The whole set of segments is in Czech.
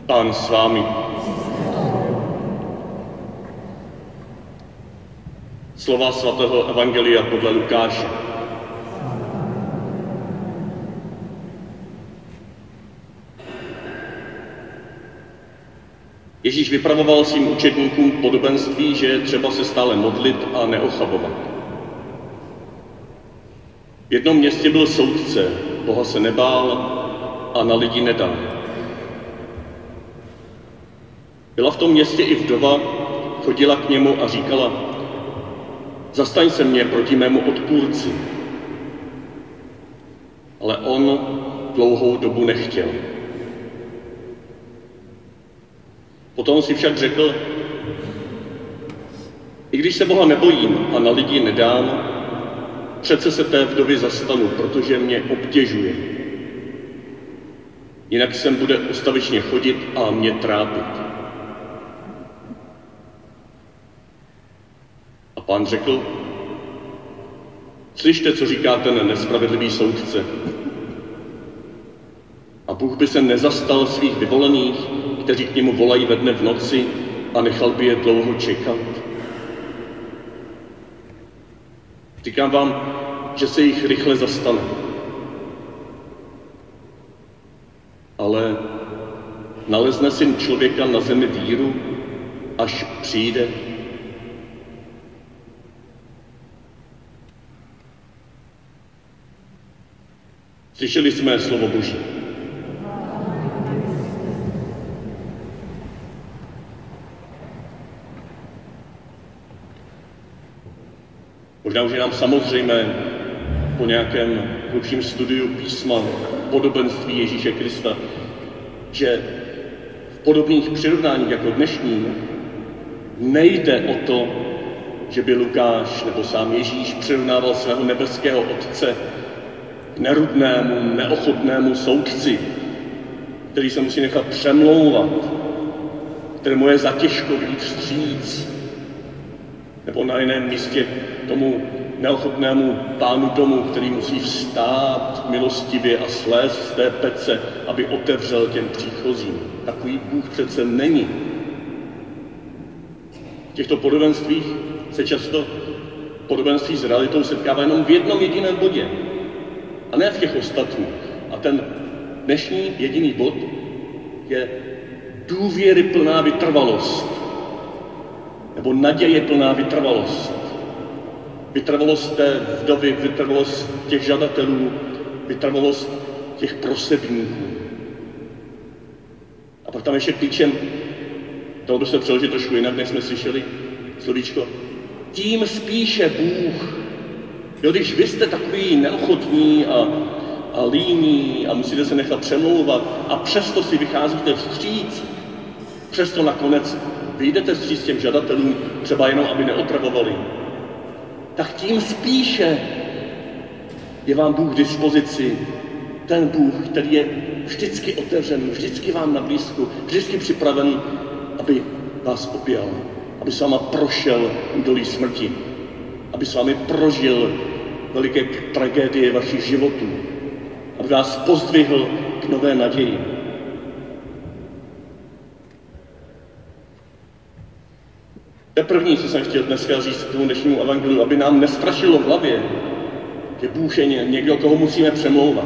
Pán s vámi. Slova svatého evangelia podle Lukáše. Ježíš vypravoval svým učedníkům podobenství, že je třeba se stále modlit a neochabovat. V jednom městě byl soudce, Boha se nebál a na lidi nedal. Byla v tom městě i vdova, chodila k němu a říkala: zastaň se mě proti mému odpůrci. Ale on dlouhou dobu nechtěl. Potom si však řekl: i když se Boha nebojím a na lidi nedám, přece se té vdovy zastanu, protože mě obtěžuje. Jinak sem bude ustavičně chodit a mě trápit. A Pán řekl: slyšte, co říká ten nespravedlivý soudce. A Bůh by se nezastal svých vyvolených, kteří k němu volají ve dne v noci, a nechal by je dlouho čekat. Říkám vám, že se jich rychle zastane. Ale nalezne Syn člověka na zemi víru, až přijde? Slyšeli jsme slovo Boží. Možná už je nám samozřejmé po nějakém hlubším studiu písma podobenství Ježíše Krista, že v podobných přirovnáních jako dnešním nejde o to, že by Lukáš nebo sám Ježíš přirovnával svého nebeského Otce k nerudnému, neochotnému soudci, který se musí nechat přemlouvat, kterému je zatěžko vyjít vstříc, nebo na jiném místě tomu neochotnému pánu domu, který musí vstát milostivě a slézt z té pece, aby otevřel těm příchozím. Takový Bůh přece není. V těchto podobenstvích se často podobenství s realitou setkává jenom v jednom jediném bodě, a ne v těch ostatních. A ten dnešní jediný bod je důvěryplná vytrvalost, nebo naděje plná vytrvalost. Vytrvalost té vdovy, vytrvalost těch žadatelů, vytrvalost těch prosebníků. A pak tam ještě klíčem, dalo by se přeložit trošku jinak, než jsme slyšeli slovíčko, tím spíše Bůh. Jo, když vy jste takový neochotní a líní a musíte se nechat přemlouvat a přesto si vycházíte vstříc, přesto nakonec vyjdete vstříc těm žadatelům, třeba jenom, aby neotravovali, tak tím spíše je vám Bůh k dispozici. Ten Bůh, který je vždycky otevřený, vždycky vám na blízku, vždycky připraven, aby vás objal, aby s váma prošel údolí smrti, aby s vámi prožil veliké tragédie vašich životů, aby vás pozdvihl k nové naději. To je první, co jsem chtěl dneska říct tomu dnešnímu evangeliu, aby nám nestrašilo v hlavě, že Bůh je někdo, koho musíme přemlouvat.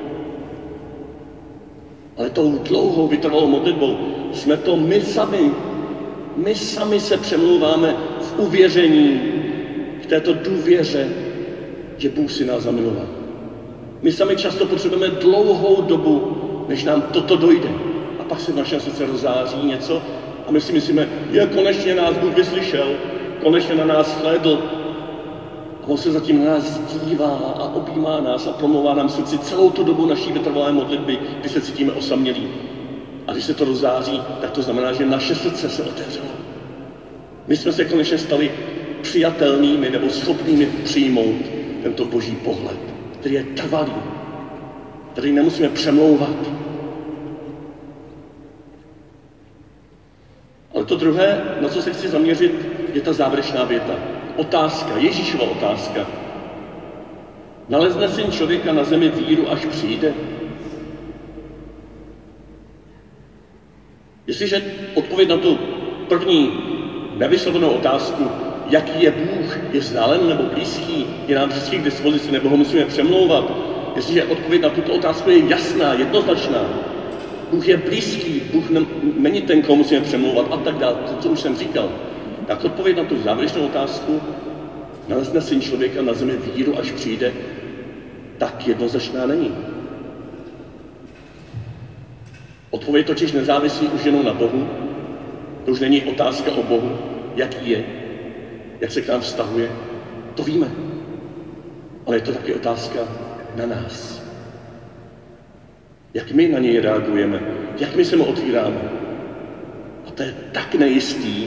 Ale tou dlouhou vytrvalou modlitbou jsme to my sami. My sami se přemlouváme v uvěření, v této důvěře, že Bůh si nás zamiloval. My sami často potřebujeme dlouhou dobu, než nám toto dojde. A pak se v našem srdci rozáří něco a my si myslíme, konečně nás Bůh vyslyšel, konečně na nás hlédl. A on se zatím na nás dívá a objímá nás a promlouvá nám srdci celou tu dobu naší vytrvalé modlitby, kdy se cítíme osamělí. A když se to rozáří, tak to znamená, že naše srdce se otevřelo. My jsme se konečně stali přijatelnými nebo schopnými přijmout tento boží pohled, který je trvalý, který nemusíme přemlouvat. Ale to druhé, na co se chci zaměřit, je ta závěrečná věta. Otázka, Ježíšova otázka. Nalezne Syn člověka na zemi víru, až přijde? Jestliže odpověď na tu první nevyslovenou otázku, jaký je Bůh, je vzdálen nebo blízký, je nám vždycky k dispozici, nebo ho musíme přemlouvat, jestliže odpověď na tuto otázku je jasná, jednoznačná, Bůh je blízký, Bůh není ten, koho musíme přemlouvat a tak dále, to, co už jsem říkal, tak odpověď na tu závěrečnou otázku, nalezne Syn člověka na zemi víru, až přijde, tak jednoznačná není. Odpověď totiž nezávisí už jenom na Bohu, to už není otázka o Bohu, jaký je, jak se k nám vztahuje, to víme. Ale je to taky otázka na nás. Jak my na něj reagujeme, jak my se mu otvíráme. A to je tak nejistý,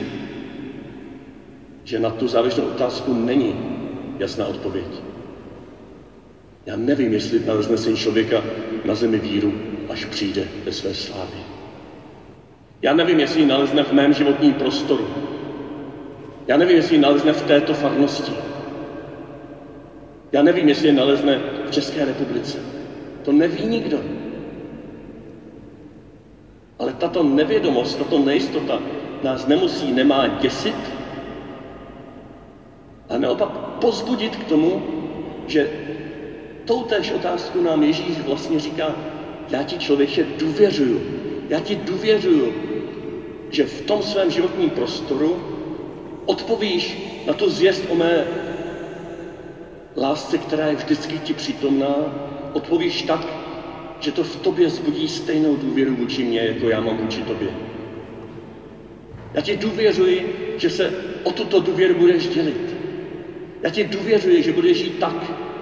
že na tu závěrečnou otázku není jasná odpověď. Já nevím, jestli nalezne Syn člověka na zemi víru, až přijde ve své slávě. Já nevím, jestli ji nalezne v mém životním prostoru. Já nevím, jestli ji nalezne v této farnosti. Já nevím, jestli ji nalezne v České republice. To neví nikdo. Ale tato nevědomost, tato nejistota nás nemá děsit a naopak povzbudit k tomu, že toutéž otázku nám Ježíš vlastně říká, já ti, člověče, důvěřuju. Já ti důvěřuju, že v tom svém životním prostoru odpovíš na tu zvěst o mé lásce, která je vždycky ti přítomná, odpovíš tak, že to v tobě zbudí stejnou důvěru vůči mně, jako já mám vůči tobě. Já ti důvěřuji, že se o tuto důvěru budeš dělit. Já ti důvěřuji, že budeš žít tak,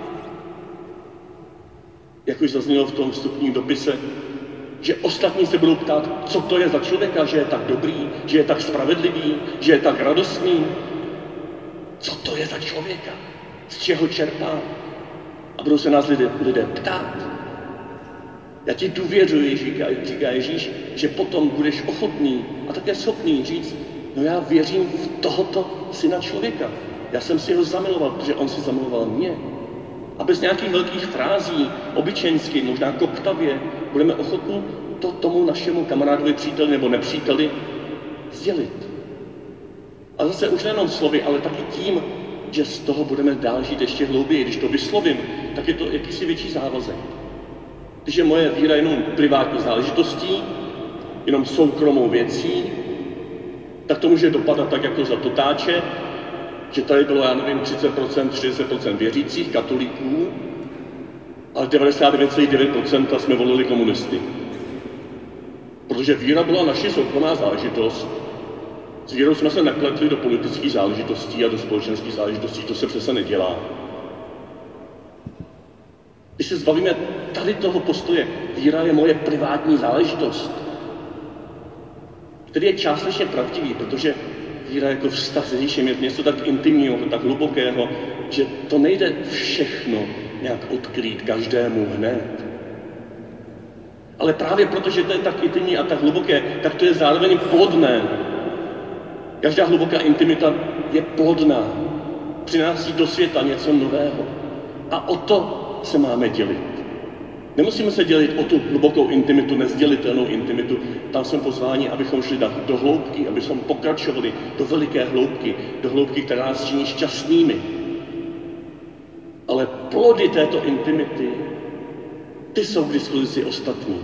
jak už zaznělo v tom vstupním dopise, že ostatní se budou ptát, co to je za člověka, že je tak dobrý, že je tak spravedlivý, že je tak radostný. Co to je za člověka? Z čeho čerpá? A budou se nás lidé ptát. Já ti důvěřuji, říká Ježíš, že potom budeš ochotný a také schopný říct, no já věřím v tohoto Syna člověka. Já jsem si ho zamiloval, protože on si zamiloval mě. A bez nějakých velkých frází, obyčejnsky, možná koptavě, budeme ochotní to tomu našemu kamarádovi, příteli nebo nepříteli sdělit. A zase už nejenom slovy, ale taky tím, že z toho budeme dál žít ještě hlouběji. Když to vyslovím, tak je to jakýsi větší závazek. Když je moje víra jenom privátní záležitostí, jenom soukromou věcí, tak to může dopadat tak jako za totáče, že tady bylo, já nevím, 30%, 40% věřících, katolíků, ale 99,9% jsme volili komunisty. Protože víra byla naše soukromá záležitost. S vírou jsme se nepletli do politických záležitostí a do společenských záležitostí, to se přece nedělá. Když se zbavíme tady toho postoje, víra je moje privátní záležitost, který je částečně pravdivý, protože víra jako vztah s Ježíšem je něco tak intimního, tak hlubokého, že to nejde všechno nějak odkrýt každému hned. Ale právě protože to je tak intimní a tak hluboké, tak to je zároveň plodné. Každá hluboká intimita je plodná. Přináší do světa něco nového. A o to se máme dělit. Nemusíme se dělit o tu hlubokou intimitu, nezdělitelnou intimitu. Tam jsme pozváni, abychom šli do hloubky, abychom pokračovali do veliké hloubky, do hloubky, která nás činí šťastnými. Ale plody této intimity, ty jsou k dispozici ostatní.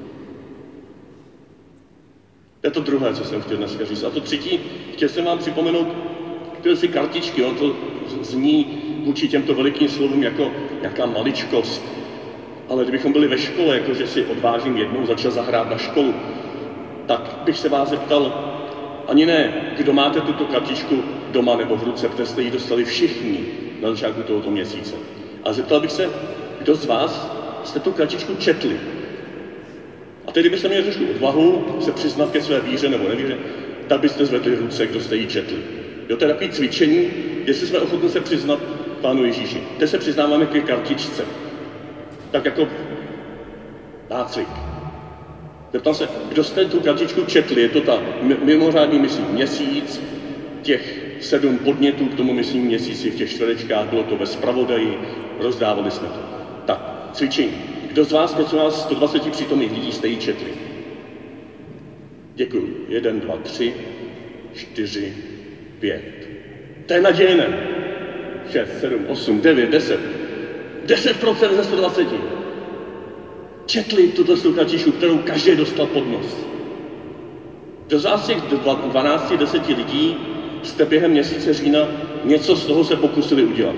To je to druhé, co jsem chtěl dneska říct. A to třetí, chtěl jsem vám připomenout tyhle si kartičky. Ono to zní vůči těmto velikým slovům jako nějaká maličkost. Ale kdybychom byli ve škole, jakože si odvážím jednou začal zahrát na školu, tak bych se vás zeptal, ani ne, kdo máte tuto kartičku doma nebo v ruce, protože jste ji dostali všichni na začátku tohoto měsíce. A zeptal bych se, kdo z vás jste tu kartičku četli. A tedy byste měli trošku odvahu se přiznat ke své víře nebo nevíře, tak byste zvedli ruce, kdo jste ji četli. Jo, to je takové cvičení, jestli jsme ochotni se přiznat Pánu Ježíši. Teď se přiznáváme ke kartičce. Tak jako nácvik. Zeptám se, kdo jste tu kartičku četli, je to ta mimořádný myslím měsíc, těch 7 podnětů k tomu myslím měsíci v těch čtverečkách, bylo to ve zpravodaji, rozdávali jsme to. Tak, cvičení. Kdo z vás, prosím vás, 120 přítomných lidí jste ji četli? Děkuju. 1, 2, 3, 4, 5. To je nadějné. 6, 7, 8, 9, 10. 10% ze 120. Četli tuto sluchačišu, kterou každý dostal pod nos. Do z těch 12-10 lidí jste během měsíce října něco z toho se pokusili udělat.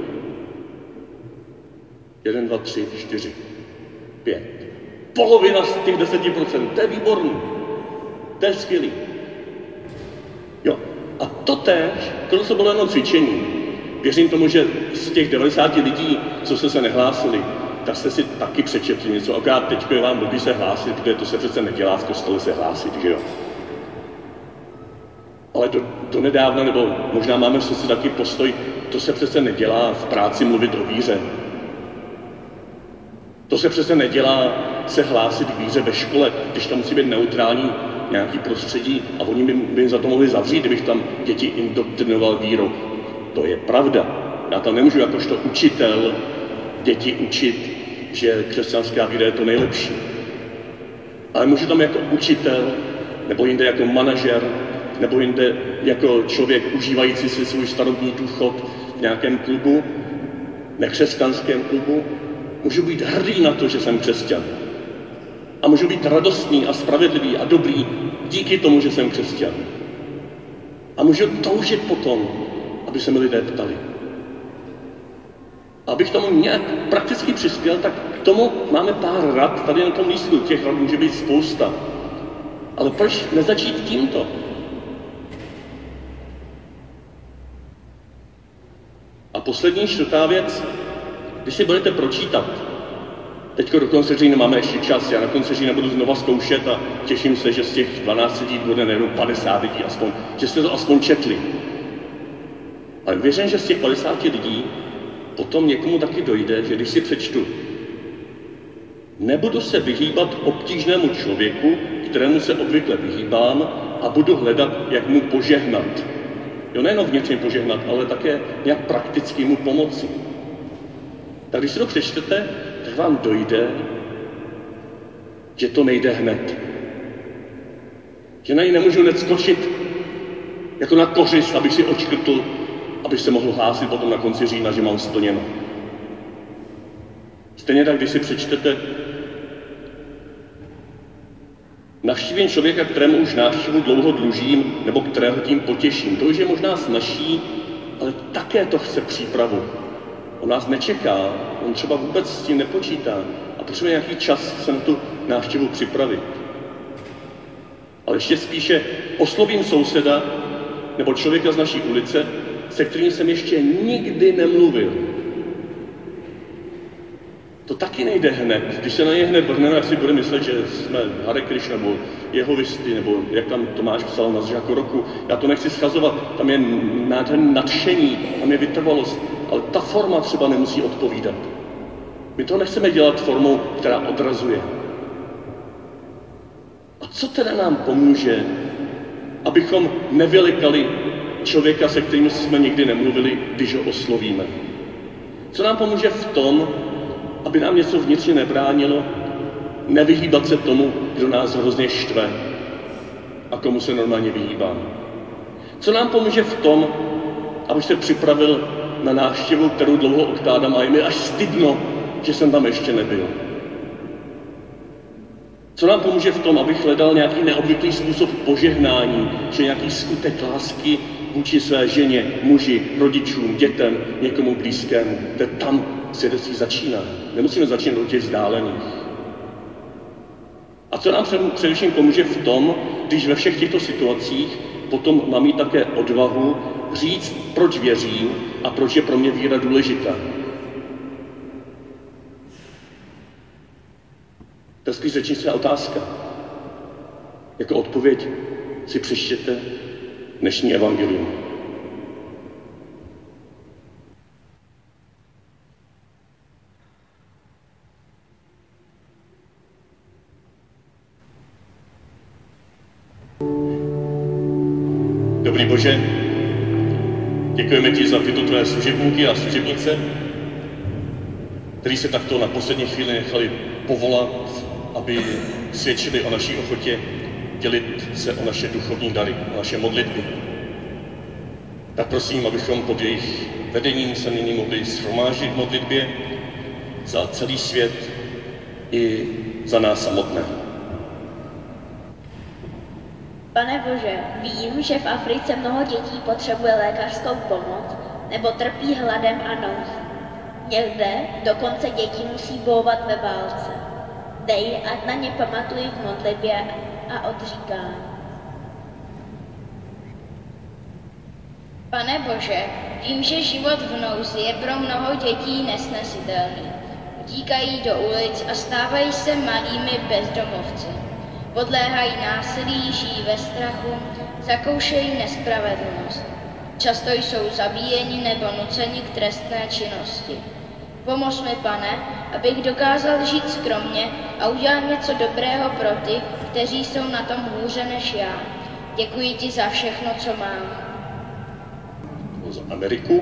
1, 2, 3, 4, 5. Polovina z těch 10%. To je výborný. To je skvělý. Jo. A totéž, to bylo jenom cvičení. Věřím tomu, že z těch 90 lidí, co se nehlásili, tak jste si taky přečetli něco. Akorát teď je vám blbý se hlásit, protože to se přece nedělá v kostele se hlásit, že jo? Ale do nedávna, nebo možná máme v srdci taky postoj, to se přece nedělá v práci mluvit o víře. To se přece nedělá se hlásit k víře ve škole, když tam musí být neutrální nějaký prostředí a oni by za to mohli zavřít, kdybych tam děti indoktrinoval vírou. To je pravda. Já tam nemůžu jakožto učitel děti učit, že křesťanská víra je to nejlepší. Ale můžu tam jako učitel, nebo jinde jako manažer, nebo jinde jako člověk užívající si svůj starobní důchod v nějakém klubu, nekřesťanském klubu, můžu být hrdý na to, že jsem křesťan. A můžu být radostný a spravedlivý a dobrý díky tomu, že jsem křesťan. A můžu toužit potom, aby se mi lidé ptali. Abych tomu nějak prakticky přispěl, tak k tomu máme pár rad tady na tom lístku. Těch rad může být spousta. Ale proč nezačít tímto? A poslední čtvrtá věc, když si budete pročítat, teďko do konce října máme ještě čas, já na konci října budu znova zkoušet a těším se, že z těch 12 lidí bude nejenom 50 lidí aspoň, že jste to aspoň četli. Ale věřím, že z těch 50 lidí potom někomu taky dojde, že když si přečtu, nebudu se vyhýbat obtížnému člověku, kterému se obvykle vyhýbám, a budu hledat, jak mu požehnat. Jo, nejenom v něčem požehnat, ale také nějak prakticky mu pomoci. Tak když si to přečtete, tak vám dojde, že to nejde hned. Že na ní nemůžu hned skočit jako na kořist, abych si očkrtl, abych se mohl hlásit potom na konci října, že mám splněno. Stejně tak, když si přečtete, navštívím člověka, kterému už návštěvu dlouho dlužím, nebo kterého tím potěším. To už je možná snazší, ale také to chce přípravu. On nás nečeká, on třeba vůbec s tím nepočítá a potřebuje nějaký čas se na tu návštěvu připravit. Ale ještě spíše oslovím souseda nebo člověka z naší ulice, se kterým jsem ještě nikdy nemluvil. To taky nejde hned. Když se na ně hned vrhneme, jak si bude myslet, že jsme Hare Krishna nebo Jehovisty, nebo jak tam Tomáš psal na začátku roku. Já to nechci schazovat, tam je nádherné nadšení, tam je vytrvalost, ale ta forma třeba nemusí odpovídat. My to nechceme dělat formou, která odrazuje. A co teda nám pomůže, abychom nevylikali člověka, se kterým jsme nikdy nemluvili, když ho oslovíme? Co nám pomůže v tom, aby nám něco vnitřně nebránilo, nevyhýbat se tomu, kdo nás hrozně štve a komu se normálně vyhýbá? Co nám pomůže v tom, abych se připravil na návštěvu, kterou dlouho odkládám a je mi až stydno, že jsem tam ještě nebyl? Co nám pomůže v tom, abych hledal nějaký neobvyklý způsob požehnání, že nějaký skutek lásky vůči své ženě, muži, rodičům, dětem, někomu blízkému, kde tam svědectví začíná. Nemusíme začínat od těch vzdálených. A co nám především pomůže v tom, když ve všech těchto situacích potom mám mít také odvahu říct, proč věřím a proč je pro mě víra důležitá. To je spíš řečnická otázka. Jako odpověď si přečtěte dnešní evangelium. Dobrý Bože, děkujeme ti za tyto tvé služebníky a služebnice, kteří se takto na poslední chvíli nechali povolat, aby svědčili o naší ochotě dělit se o naše duchovní dary, o naše modlitby. Tak prosím, abychom pod jejich vedením se nyní mohli shromáždit v modlitbě za celý svět i za nás samotné. Pane Bože, vím, že v Africe mnoho dětí potřebuje lékařskou pomoc nebo trpí hladem a nouzi. Někde dokonce děti musí bojovat ve válce. Dej, ať na ně pamatují v modlitbě a odříkání. Pane Bože, vím, že život v nouzi je pro mnoho dětí nesnesitelný. Utíkají do ulic a stávají se malými bezdomovci. Podléhají násilí, žijí ve strachu, zakoušejí nespravedlnost. Často jsou zabíjeni nebo nuceni k trestné činnosti. Pomoz mi, Pane, abych dokázal žít skromně a udělat něco dobrého pro ty, kteří jsou na tom hůře než já. Děkuji ti za všechno, co mám. Za Ameriku.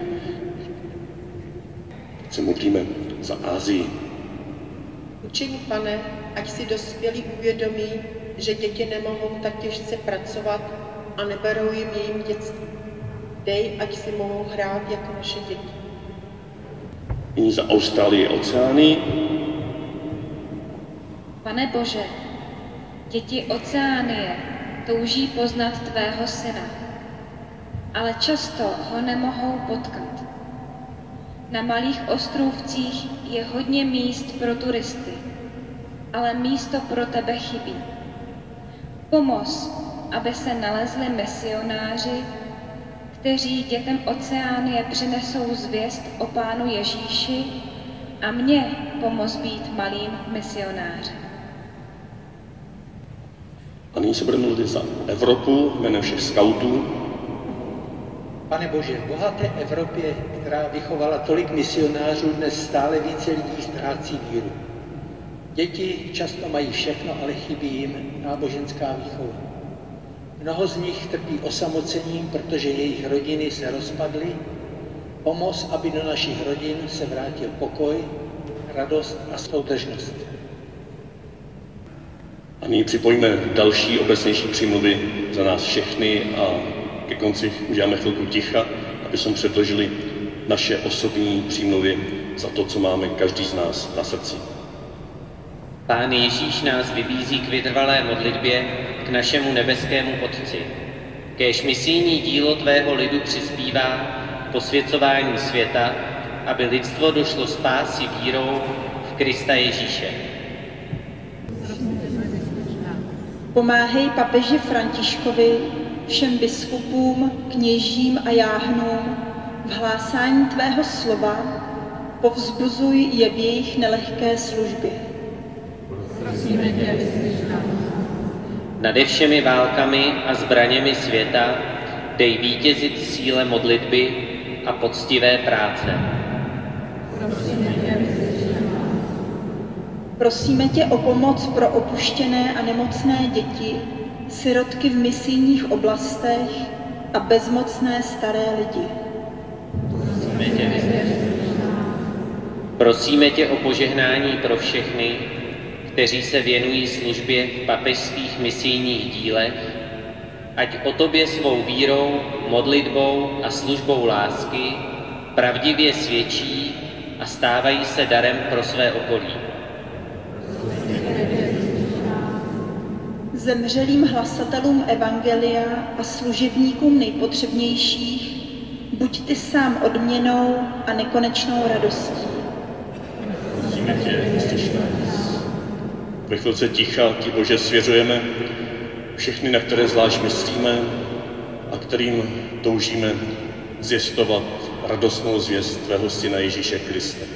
Teď se modlíme za Asii. Učiň, Pane, ať si dospělí uvědomí, že děti nemohou tak těžce pracovat a neberou jim jejím dětství. Dej, ať si mohou hrát jako naše děti. Nyní za Austrálii a Oceánii. Pane Bože, děti Oceánie touží poznat tvého syna, ale často ho nemohou potkat. Na malých ostrovcích je hodně míst pro turisty, ale místo pro tebe chybí. Pomoz, aby se nalezli misionáři, kteří dětem Oceánie přinesou zvěst o Pánu Ježíši a mě pomoz být malým misionářem. A nyní se budeme modlit za Evropu jménem všech skautů. Pane Bože, v bohaté Evropě, která vychovala tolik misionářů, dnes stále více lidí ztrácí víru. Děti často mají všechno, ale chybí jim náboženská výchova. Mnoho z nich trpí osamocením, protože jejich rodiny se rozpadly. Pomoz, aby do našich rodin se vrátil pokoj, radost a soudržnost. A nyní připojíme další obecnější přímluvy za nás všechny a ke konci uděláme chvilku ticha, aby jsme předložili naše osobní přímluvy za to, co máme každý z nás na srdci. Pán Ježíš nás vybízí k vytrvalé modlitbě k našemu nebeskému Otci. Kéž misijní dílo tvého lidu přispívá k posvěcování světa, aby lidstvo došlo spásy vírou v Krista Ježíše. Pomáhej papeži Františkovi, všem biskupům, kněžím a jáhnům v hlásání tvého slova, povzbuzuj je v jejich nelehké službě. Prosíme tě, vyslyš nás. Nade všemi válkami a zbraněmi světa dej vítězit síle modlitby a poctivé práce. Prosíme tě, vyslyš nás. Prosíme tě o pomoc pro opuštěné a nemocné děti, sirotky v misijních oblastech a bezmocné staré lidi. Prosíme tě o požehnání pro všechny, kteří se věnují službě v papežských misijních dílech, ať o tobě svou vírou, modlitbou a službou lásky pravdivě svědčí a stávají se darem pro své okolí. Zemřelým hlasatelům evangelia a služebníkům nejpotřebnějších buď ty sám odměnou a nekonečnou radostí. Prosíme tě, vyslyš nás. Ve chvilce ticha ti, Bože, svěřujeme všechny, na které zvlášť myslíme a kterým toužíme zvěstovat radostnou zvěst tvého Syna Ježíše Krista.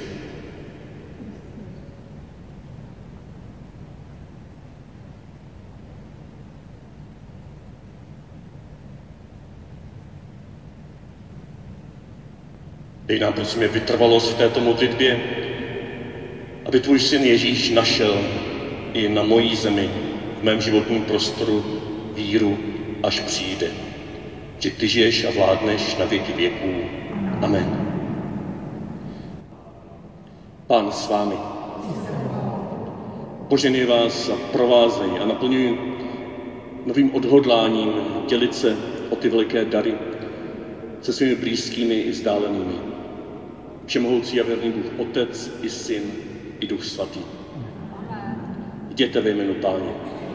Dej nám, prosíme, vytrvalost v této modlitbě, aby tvůj Syn Ježíš našel i na mojí zemi, v mém životním prostoru, víru, až přijde. Že ty žiješ a vládneš na věky věků. Amen. Pán s vámi. Poženej vás a provázej a naplňuj novým odhodláním dělit se o ty velké dary se svými blízkými i vzdálenými. Všemohoucí a věrný Bůh, Otec i Syn i Duch Svatý. Jděte ve jménu Páně.